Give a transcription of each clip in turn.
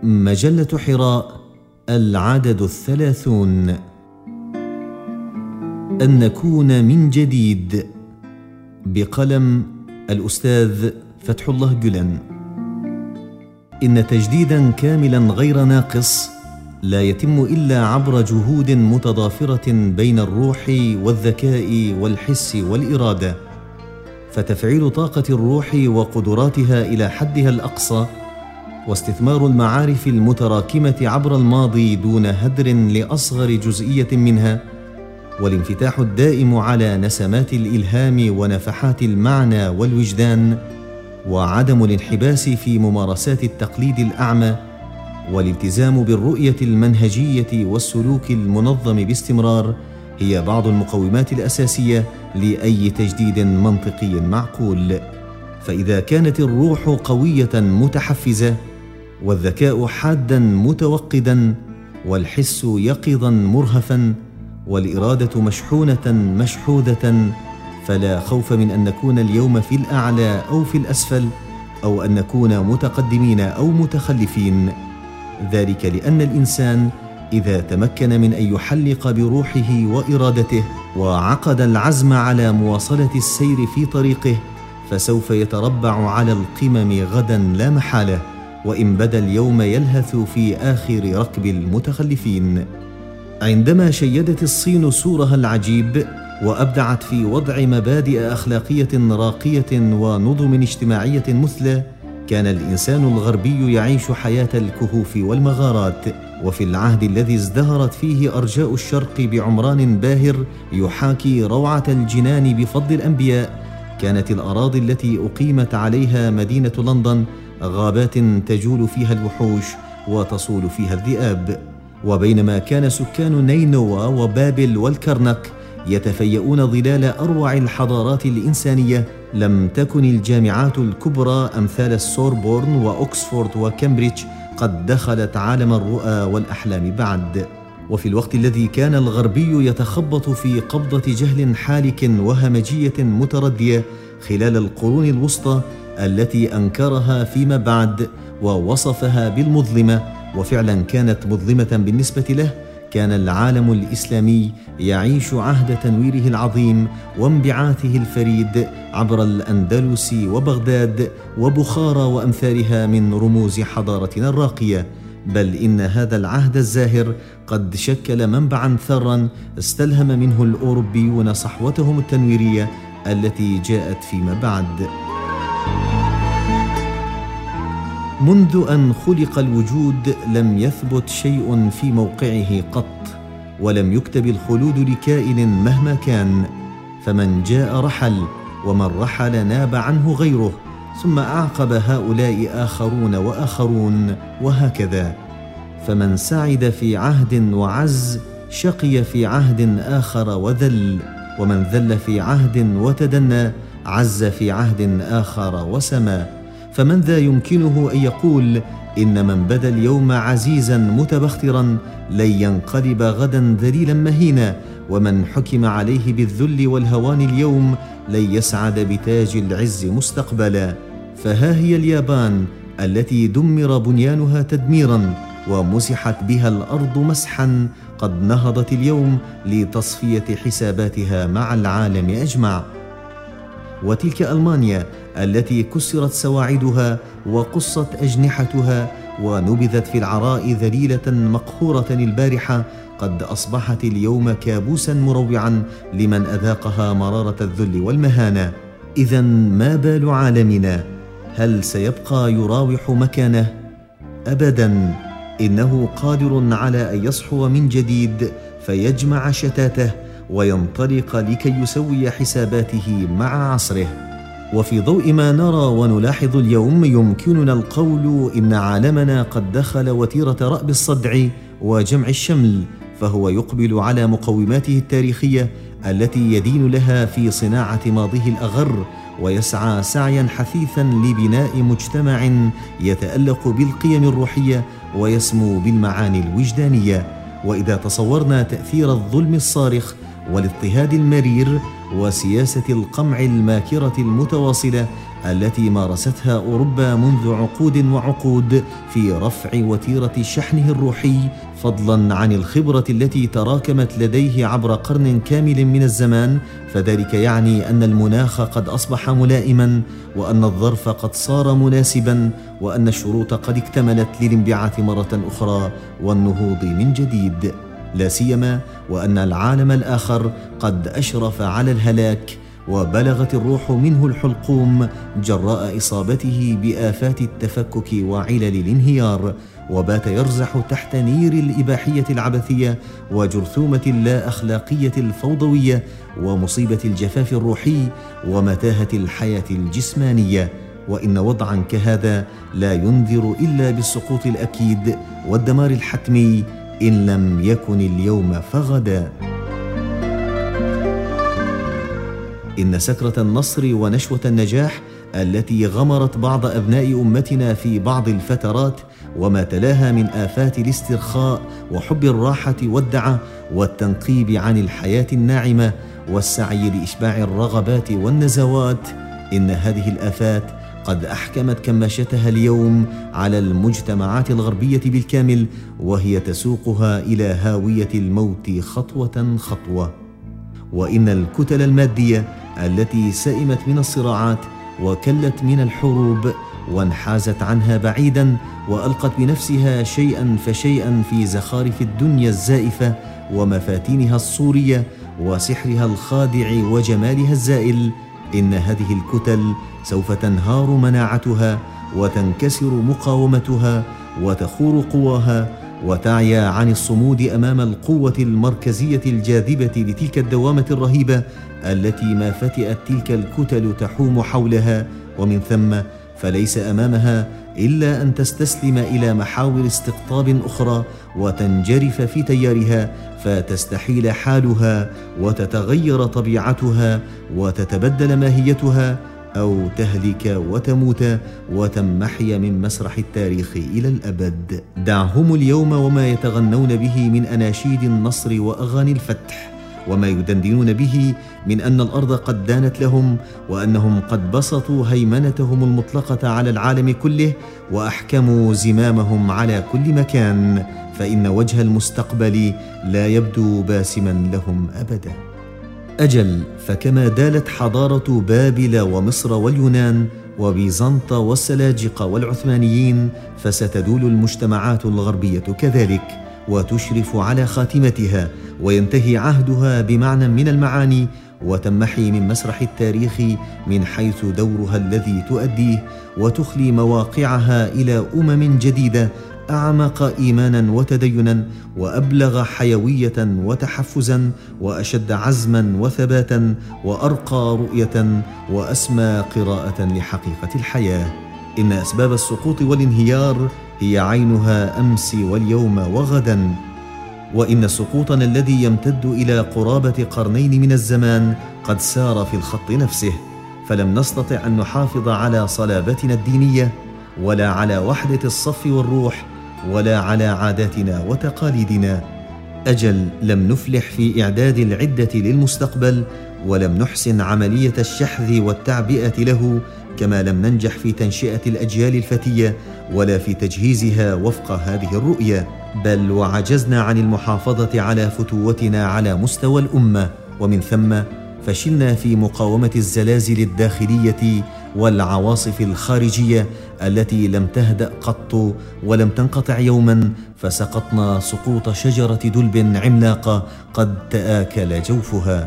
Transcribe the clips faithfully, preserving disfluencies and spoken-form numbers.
مجلة حراء، العدد الثلاثون. أن نكون من جديد، بقلم الأستاذ فتح الله جلن. إن تجديدا كاملا غير ناقص لا يتم إلا عبر جهود متضافرة بين الروح والذكاء والحس والإرادة، فتفعيل طاقة الروح وقدراتها إلى حدها الأقصى، واستثمار المعارف المتراكمة عبر الماضي دون هدر لأصغر جزئية منها، والانفتاح الدائم على نسمات الإلهام ونفحات المعنى والوجدان، وعدم الانحباس في ممارسات التقليد الأعمى، والالتزام بالرؤية المنهجية والسلوك المنظم باستمرار، هي بعض المقومات الأساسية لأي تجديد منطقي معقول. فإذا كانت الروح قوية متحفزة، والذكاء حادا متوقدا، والحس يقظا مرهفا، والإرادة مشحونة مشحوذة، فلا خوف من أن نكون اليوم في الأعلى أو في الأسفل، أو أن نكون متقدمين أو متخلفين. ذلك لأن الإنسان إذا تمكن من أن يحلق بروحه وإرادته، وعقد العزم على مواصلة السير في طريقه، فسوف يتربع على القمم غدا لا محالة، وإن بدا اليوم يلهث في آخر ركب المتخلفين. عندما شيدت الصين سورها العجيب وأبدعت في وضع مبادئ أخلاقية راقية ونظم اجتماعية مثلى، كان الإنسان الغربي يعيش حياة الكهوف والمغارات. وفي العهد الذي ازدهرت فيه أرجاء الشرق بعمران باهر يحاكي روعة الجنان بفضل الأنبياء، كانت الأراضي التي أقيمت عليها مدينة لندن غابات تجول فيها الوحوش وتصول فيها الذئاب. وبينما كان سكان نينوى وبابل والكرنك يتفيئون ظلال أروع الحضارات الإنسانية، لم تكن الجامعات الكبرى أمثال السوربورن وأكسفورد وكامبريدج قد دخلت عالم الرؤى والأحلام بعد. وفي الوقت الذي كان الغربي يتخبط في قبضة جهل حالك وهمجية متردية خلال القرون الوسطى التي أنكرها فيما بعد ووصفها بالمظلمة، وفعلا كانت مظلمة بالنسبة له، كان العالم الإسلامي يعيش عهد تنويره العظيم وانبعاثه الفريد عبر الأندلس وبغداد وبخارى وأمثالها من رموز حضارتنا الراقية. بل إن هذا العهد الزاهر قد شكل منبعا ثرا استلهم منه الأوروبيون صحوتهم التنويرية التي جاءت فيما بعد. منذ أن خلق الوجود لم يثبت شيء في موقعه قط، ولم يكتب الخلود لكائن مهما كان، فمن جاء رحل، ومن رحل ناب عنه غيره، ثم أعقب هؤلاء آخرون وآخرون، وهكذا. فمن سعد في عهد وعز شقي في عهد آخر وذل، ومن ذل في عهد وتدنى عز في عهد آخر وسما. فمن ذا يمكنه أن يقول إن من بدا اليوم عزيزا متبخترا لن ينقلب غدا ذليلا مهينا، ومن حكم عليه بالذل والهوان اليوم لن يسعد بتاج العز مستقبلا. فها هي اليابان التي دمر بنيانها تدميرا ومسحت بها الأرض مسحا، قد نهضت اليوم لتصفية حساباتها مع العالم أجمع. وتلك ألمانيا التي كسرت سواعدها وقصت أجنحتها ونبذت في العراء ذليلة مقهورة البارحة، قد أصبحت اليوم كابوسا مروعا لمن أذاقها مرارة الذل والمهانة. إذن ما بال عالمنا؟ هل سيبقى يراوح مكانه؟ أبدا، إنه قادر على أن يصحو من جديد فيجمع شتاته وينطلق لكي يسوي حساباته مع عصره. وفي ضوء ما نرى ونلاحظ اليوم يمكننا القول إن عالمنا قد دخل وتيرة رأب الصدع وجمع الشمل، فهو يقبل على مقوماته التاريخية التي يدين لها في صناعة ماضيه الأغر، ويسعى سعيا حثيثا لبناء مجتمع يتألق بالقيم الروحية ويسمو بالمعاني الوجدانية. وإذا تصورنا تأثير الظلم الصارخ والاضطهاد المرير وسياسة القمع الماكرة المتواصلة التي مارستها أوروبا منذ عقود وعقود في رفع وتيرة شحنه الروحي، فضلا عن الخبرة التي تراكمت لديه عبر قرن كامل من الزمان، فذلك يعني أن المناخ قد أصبح ملائما، وأن الظرف قد صار مناسبا، وأن الشروط قد اكتملت للانبعاث مرة أخرى والنهوض من جديد، لا سيما وأن العالم الآخر قد أشرف على الهلاك، وبلغت الروح منه الحلقوم جراء إصابته بآفات التفكك وعلل الانهيار، وبات يرزح تحت نير الإباحية العبثية وجرثومة اللا أخلاقية الفوضوية ومصيبة الجفاف الروحي ومتاهة الحياة الجسمانية. وإن وضعا كهذا لا ينذر إلا بالسقوط الأكيد والدمار الحتمي إن لم يكن اليوم فغدا. إن سكرة النصر ونشوة النجاح التي غمرت بعض أبناء أمتنا في بعض الفترات وما تلاها من آفات الاسترخاء وحب الراحة والدعة والتنقيب عن الحياة الناعمة والسعي لإشباع الرغبات والنزوات، إن هذه الآفات قد أحكمت كماشتها اليوم على المجتمعات الغربية بالكامل، وهي تسوقها إلى هاوية الموت خطوة خطوة. وإن الكتل المادية التي سئمت من الصراعات وكلت من الحروب وانحازت عنها بعيدا وألقت بنفسها شيئا فشيئا في زخارف الدنيا الزائفة ومفاتينها الصورية وسحرها الخادع وجمالها الزائل، إن هذه الكتل سوف تنهار مناعتها وتنكسر مقاومتها وتخور قواها وتعيا عن الصمود أمام القوة المركزية الجاذبة لتلك الدوامة الرهيبة التي ما فتئت تلك الكتل تحوم حولها، ومن ثم فليس أمامها إلا أن تستسلم إلى محاور استقطاب أخرى وتنجرف في تيارها، فتستحيل حالها وتتغير طبيعتها وتتبدل ماهيتها، أو تهلك وتموت وتمحي من مسرح التاريخ إلى الأبد. دعهم اليوم وما يتغنون به من أناشيد النصر وأغاني الفتح، وما يدندنون به من أن الأرض قد دانت لهم، وأنهم قد بسطوا هيمنتهم المطلقة على العالم كله وأحكموا زمامهم على كل مكان، فإن وجه المستقبل لا يبدو باسما لهم أبدا. أجل، فكما دالت حضارة بابل ومصر واليونان وبيزنطة والسلاجقة والعثمانيين، فستدول المجتمعات الغربية كذلك وتشرف على خاتمتها، وينتهي عهدها بمعنى من المعاني، وتمحي من مسرح التاريخ من حيث دورها الذي تؤديه، وتخلي مواقعها إلى أمم جديدة أعمق إيمانا وتدينا وأبلغ حيوية وتحفزا وأشد عزما وثباتا وأرقى رؤية وأسمى قراءة لحقيقة الحياة. إن أسباب السقوط والانهيار هي عينها أمس واليوم وغدا، وإن سقوطنا الذي يمتد إلى قرابة قرنين من الزمان قد سار في الخط نفسه، فلم نستطع أن نحافظ على صلابتنا الدينية ولا على وحدة الصف والروح ولا على عاداتنا وتقاليدنا. أجل، لم نفلح في إعداد العدة للمستقبل، ولم نحسن عملية الشحذ والتعبئة له، كما لم ننجح في تنشئة الأجيال الفتية ولا في تجهيزها وفق هذه الرؤية، بل وعجزنا عن المحافظة على فتوتنا على مستوى الأمة، ومن ثم فشلنا في مقاومة الزلازل الداخلية والعواصف الخارجية التي لم تهدأ قط ولم تنقطع يوما، فسقطنا سقوط شجرة دلب عملاقة قد تآكل جوفها.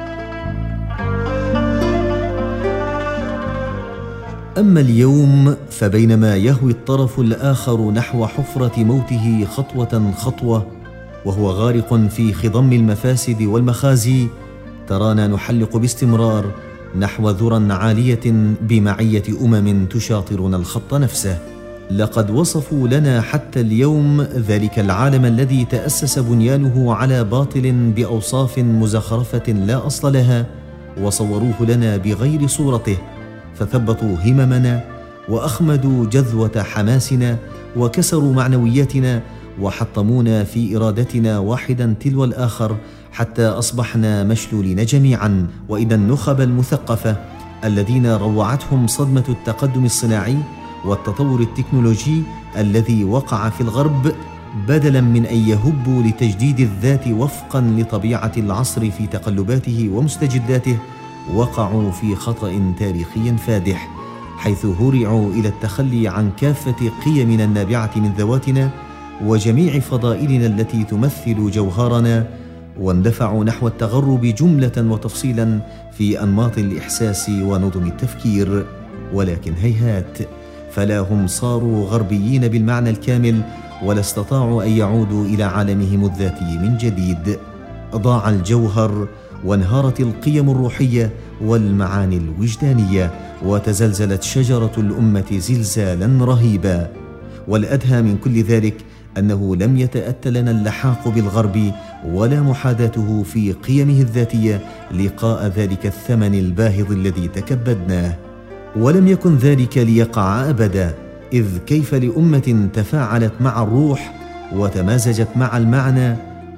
أما اليوم فبينما يهوي الطرف الآخر نحو حفرة موته خطوة خطوة وهو غارق في خضم المفاسد والمخازي، ترانا نحلق باستمرار نحو ذرى عالية بمعية أمم تشاطرنا الخط نفسه. لقد وصفوا لنا حتى اليوم ذلك العالم الذي تأسس بنيانه على باطل بأوصاف مزخرفة لا أصل لها، وصوروه لنا بغير صورته، فثبطوا هممنا وأخمدوا جذوة حماسنا وكسروا معنوياتنا وحطمونا في إرادتنا واحدا تلو الآخر حتى أصبحنا مشلولين جميعا. وإذا النخب المثقفة الذين روعتهم صدمة التقدم الصناعي والتطور التكنولوجي الذي وقع في الغرب، بدلا من أن يهبوا لتجديد الذات وفقا لطبيعة العصر في تقلباته ومستجداته، وقعوا في خطأ تاريخي فادح، حيث هرعوا إلى التخلي عن كافة قيمنا النابعة من ذواتنا وجميع فضائلنا التي تمثل جوهرنا، واندفعوا نحو التغرب جملة وتفصيلا في أنماط الإحساس ونظم التفكير. ولكن هيهات، فلا هم صاروا غربيين بالمعنى الكامل، ولا استطاعوا أن يعودوا إلى عالمهم الذاتي من جديد. ضاع الجوهر وانهارت القيم الروحية والمعاني الوجدانية، وتزلزلت شجرة الأمة زلزالا رهيبا. والأدهى من كل ذلك أنه لم يتأت لنا اللحاق بالغرب ولا محاذاته في قيمه الذاتية لقاء ذلك الثمن الباهظ الذي تكبدناه. ولم يكن ذلك ليقع أبدا، إذ كيف لأمة تفاعلت مع الروح وتمازجت مع المعنى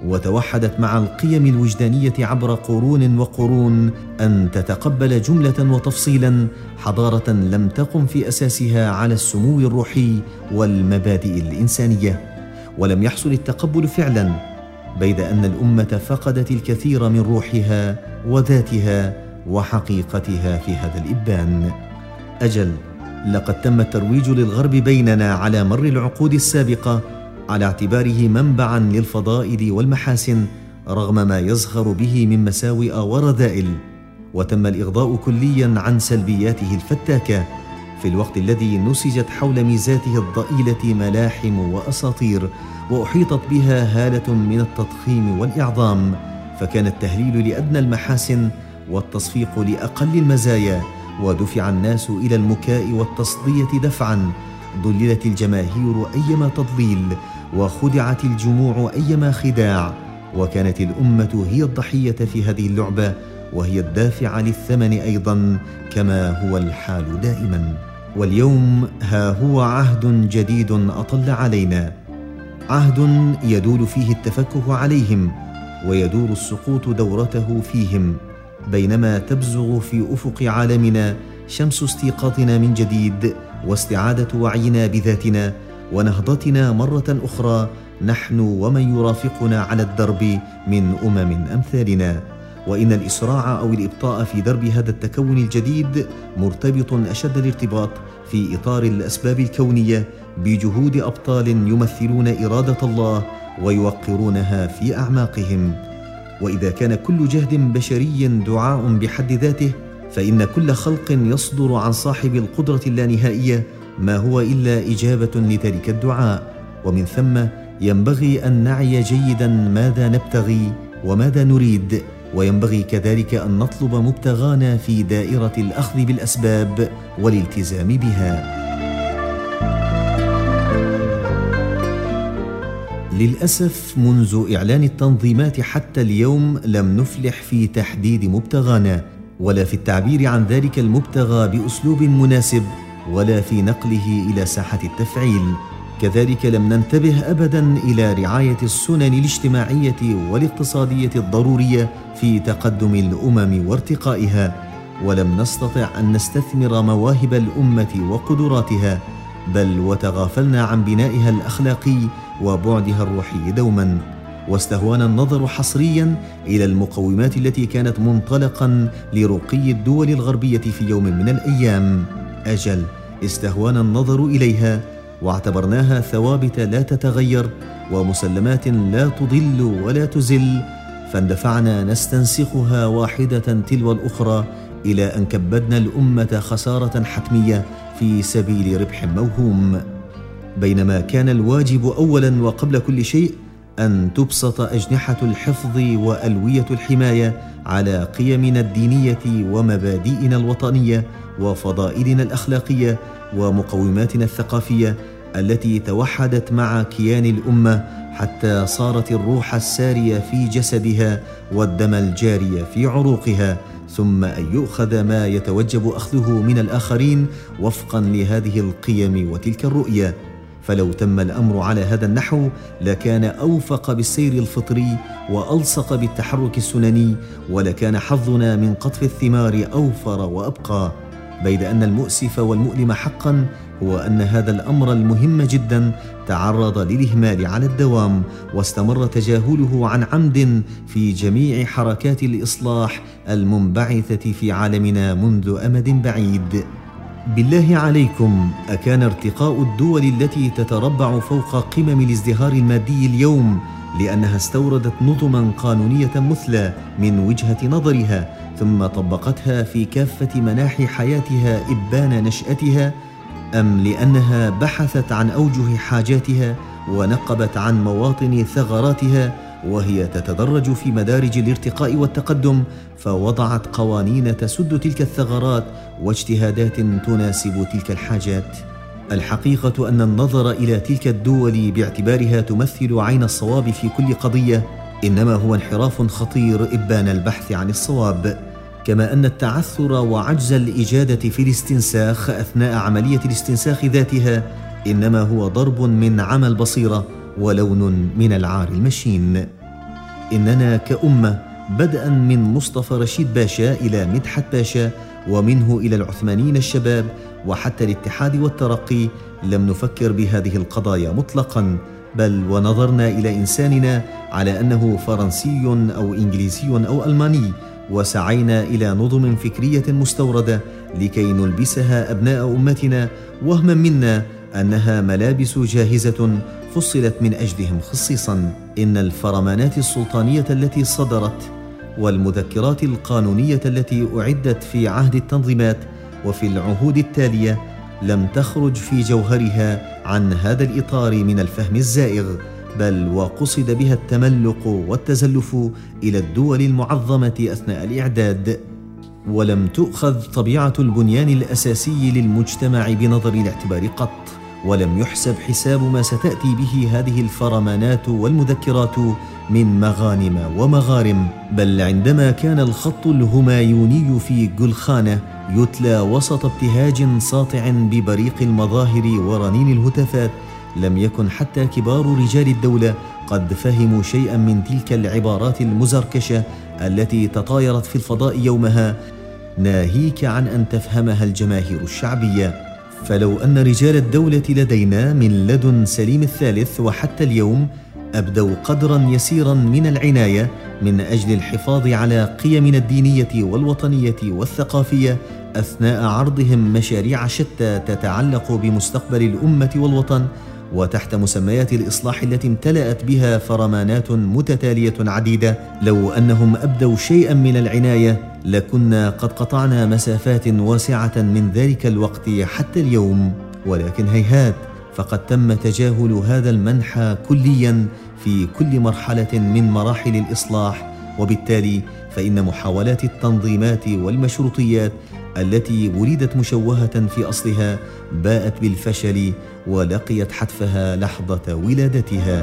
وتوحدت مع القيم الوجدانية عبر قرون وقرون أن تتقبل جملة وتفصيلا حضارة لم تقم في أساسها على السمو الروحي والمبادئ الإنسانية؟ ولم يحصل التقبل فعلا، بيد أن الأمة فقدت الكثير من روحها وذاتها وحقيقتها في هذا الإبان. أجل، لقد تم الترويج للغرب بيننا على مر العقود السابقة على اعتباره منبعا للفضائل والمحاسن، رغم ما يزخر به من مساوئ ورذائل، وتم الإغضاء كليا عن سلبياته الفتاكة، في الوقت الذي نسجت حول ميزاته الضئيلة ملاحم وأساطير، وأحيطت بها هالة من التضخيم والإعظام، فكان التهليل لأدنى المحاسن والتصفيق لأقل المزايا، ودفع الناس إلى المكاء والتصدية دفعا، ضللت الجماهير أيما تضليل، وخدعت الجموع أيما خداع، وكانت الأمة هي الضحية في هذه اللعبة، وهي الدافع للثمن أيضا، كما هو الحال دائما. واليوم ها هو عهد جديد أطل علينا، عهد يدول فيه التفكك عليهم ويدور السقوط دورته فيهم، بينما تبزغ في أفق عالمنا شمس استيقاظنا من جديد واستعادة وعينا بذاتنا ونهضتنا مرة أخرى، نحن ومن يرافقنا على الدرب من أمم أمثالنا. وإن الإسراع أو الإبطاء في درب هذا التكون الجديد مرتبط أشد الارتباط في إطار الأسباب الكونية بجهود أبطال يمثلون إرادة الله ويوقرونها في أعماقهم. وإذا كان كل جهد بشري دعاء بحد ذاته، فإن كل خلق يصدر عن صاحب القدرة اللانهائية ما هو إلا إجابة لذلك الدعاء. ومن ثم ينبغي أن نعي جيدا ماذا نبتغي وماذا نريد، وينبغي كذلك أن نطلب مبتغانا في دائرة الأخذ بالأسباب والالتزام بها. للأسف منذ إعلان التنظيمات حتى اليوم لم نفلح في تحديد مبتغانا، ولا في التعبير عن ذلك المبتغى بأسلوب مناسب، ولا في نقله إلى ساحة التفعيل. كذلك لم ننتبه أبدا إلى رعاية السنن الاجتماعية والاقتصادية الضرورية في تقدم الأمم وارتقائها، ولم نستطع أن نستثمر مواهب الأمة وقدراتها، بل وتغافلنا عن بنائها الأخلاقي وبعدها الروحي دوما، واستهوانا النظر حصريا إلى المقومات التي كانت منطلقا لرقي الدول الغربية في يوم من الأيام. أجل، استهوانا النظر إليها واعتبرناها ثوابت لا تتغير ومسلمات لا تضل ولا تزل، فاندفعنا نستنسخها واحدة تلو الأخرى إلى أن كبدنا الأمة خسارة حتمية في سبيل ربح موهوم، بينما كان الواجب أولا وقبل كل شيء أن تبسط أجنحة الحفظ وألوية الحماية على قيمنا الدينية ومبادئنا الوطنية وفضائلنا الأخلاقية ومقوماتنا الثقافية التي توحدت مع كيان الأمة حتى صارت الروح السارية في جسدها والدم الجاري في عروقها، ثم أن يؤخذ ما يتوجب أخذه من الآخرين وفقا لهذه القيم وتلك الرؤية. فلو تم الأمر على هذا النحو لكان أوفق بالسير الفطري وألصق بالتحرك السنني، ولكان حظنا من قطف الثمار أوفر وأبقى. بيد أن المؤسف والمؤلم حقا هو أن هذا الأمر المهم جدا تعرض للإهمال على الدوام، واستمر تجاهله عن عمد في جميع حركات الإصلاح المنبعثة في عالمنا منذ أمد بعيد. بالله عليكم، أكان ارتقاء الدول التي تتربع فوق قمم الازدهار المادي اليوم لأنها استوردت نظما قانونية مثلى من وجهة نظرها ثم طبقتها في كافة مناحي حياتها إبان نشأتها، أم لأنها بحثت عن أوجه حاجاتها ونقبت عن مواطن ثغراتها وهي تتدرج في مدارج الارتقاء والتقدم، فوضعت قوانين تسد تلك الثغرات واجتهادات تناسب تلك الحاجات؟ الحقيقة أن النظر إلى تلك الدول باعتبارها تمثل عين الصواب في كل قضية إنما هو انحراف خطير إبان البحث عن الصواب، كما أن التعثر وعجز الإجادة في الاستنساخ أثناء عملية الاستنساخ ذاتها إنما هو ضرب من عمى البصيرة ولون من العار المشين. إننا كأمة بدءا من مصطفى رشيد باشا إلى مدحت باشا ومنه إلى العثمانيين الشباب وحتى الاتحاد والترقي لم نفكر بهذه القضايا مطلقا، بل ونظرنا إلى إنساننا على أنه فرنسي أو إنجليزي أو ألماني، وسعينا إلى نظم فكرية مستوردة لكي نلبسها أبناء أمتنا وهما منا أنها ملابس جاهزة فصلت من أجلهم خصيصا. إن الفرمانات السلطانية التي صدرت والمذكرات القانونية التي أعدت في عهد التنظيمات وفي العهود التالية لم تخرج في جوهرها عن هذا الإطار من الفهم الزائغ، بل وقصد بها التملق والتزلف إلى الدول المعظمة أثناء الإعداد، ولم تؤخذ طبيعة البنيان الأساسي للمجتمع بنظر الاعتبار قط، ولم يحسب حساب ما ستأتي به هذه الفرمانات والمذكرات من مغانم ومغارم. بل عندما كان الخط الهمايوني في جلخانة يتلى وسط ابتهاج ساطع ببريق المظاهر ورنين الهتافات لم يكن حتى كبار رجال الدولة قد فهموا شيئا من تلك العبارات المزركشة التي تطايرت في الفضاء يومها، ناهيك عن أن تفهمها الجماهير الشعبية. فلو أن رجال الدولة لدينا من لدن سليم الثالث وحتى اليوم أبدوا قدرا يسيرا من العناية من أجل الحفاظ على قيمنا الدينية والوطنية والثقافية أثناء عرضهم مشاريع شتى تتعلق بمستقبل الأمة والوطن، وتحت مسميات الإصلاح التي امتلأت بها فرمانات متتالية عديدة، لو أنهم أبدوا شيئا من العناية لكنا قد قطعنا مسافات واسعة من ذلك الوقت حتى اليوم. ولكن هيهات، فقد تم تجاهل هذا المنحى كليا في كل مرحلة من مراحل الإصلاح، وبالتالي فإن محاولات التنظيمات والمشروطيات التي ولدت مشوهة في أصلها باءت بالفشل ولقيت حتفها لحظة ولادتها.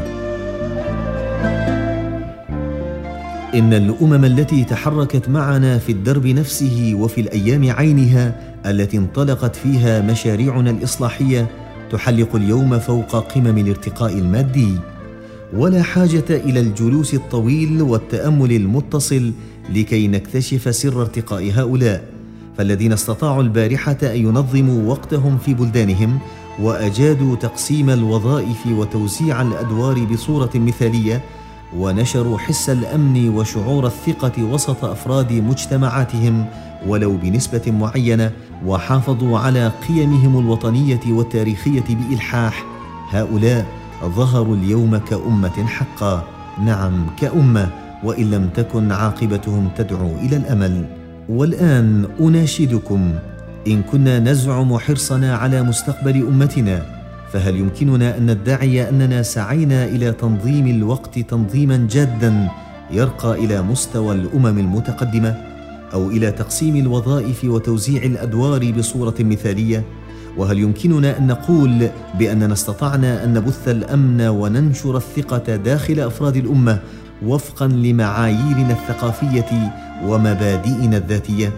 إن الأمم التي تحركت معنا في الدرب نفسه وفي الأيام عينها التي انطلقت فيها مشاريعنا الإصلاحية تحلق اليوم فوق قمم الارتقاء المادي، ولا حاجة إلى الجلوس الطويل والتأمل المتصل لكي نكتشف سر ارتقاء هؤلاء، فالذين استطاعوا البارحة أن ينظموا وقتهم في بلدانهم وأجادوا تقسيم الوظائف وتوزيع الأدوار بصورة مثالية، ونشروا حس الأمن وشعور الثقة وسط أفراد مجتمعاتهم ولو بنسبة معينة، وحافظوا على قيمهم الوطنية والتاريخية بإلحاح، هؤلاء ظهروا اليوم كأمة حقا، نعم كأمة، وإن لم تكن عاقبتهم تدعو إلى الأمل. والآن أناشدكم، إن كنا نزعم حرصنا على مستقبل أمتنا، فهل يمكننا أن ندعي أننا سعينا إلى تنظيم الوقت تنظيما جادا يرقى إلى مستوى الأمم المتقدمة، أو إلى تقسيم الوظائف وتوزيع الأدوار بصورة مثالية؟ وهل يمكننا أن نقول بأننا استطعنا أن نبث الأمن وننشر الثقة داخل أفراد الأمة وفقا لمعاييرنا الثقافية ومبادئنا الذاتية؟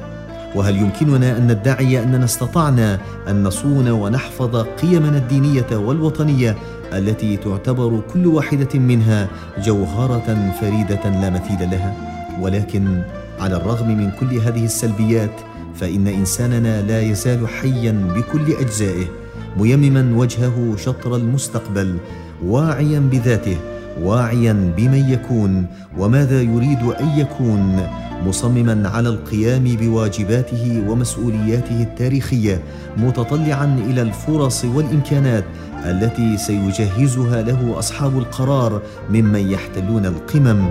وهل يمكننا أن ندعي أننا استطعنا أن نصون ونحفظ قيمنا الدينية والوطنية التي تعتبر كل واحدة منها جوهرة فريدة لا مثيل لها؟ ولكن على الرغم من كل هذه السلبيات فإن إنساننا لا يزال حيا بكل أجزائه، ميمما وجهه شطر المستقبل، واعيا بذاته، واعيا بمن يكون وماذا يريد أن يكون، مصمما على القيام بواجباته ومسؤولياته التاريخية، متطلعا إلى الفرص والإمكانات التي سيجهزها له أصحاب القرار ممن يحتلون القمم.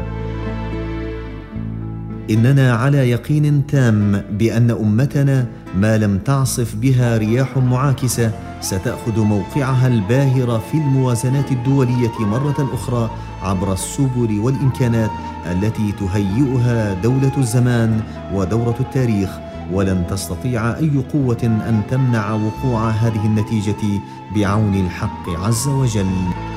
إننا على يقين تام بأن أمتنا ما لم تعصف بها رياح معاكسة ستأخذ موقعها الباهر في الموازنات الدولية مرة أخرى عبر السبل والإمكانات التي تهيئها دولة الزمان ودورة التاريخ، ولن تستطيع أي قوة أن تمنع وقوع هذه النتيجة بعون الحق عز وجل.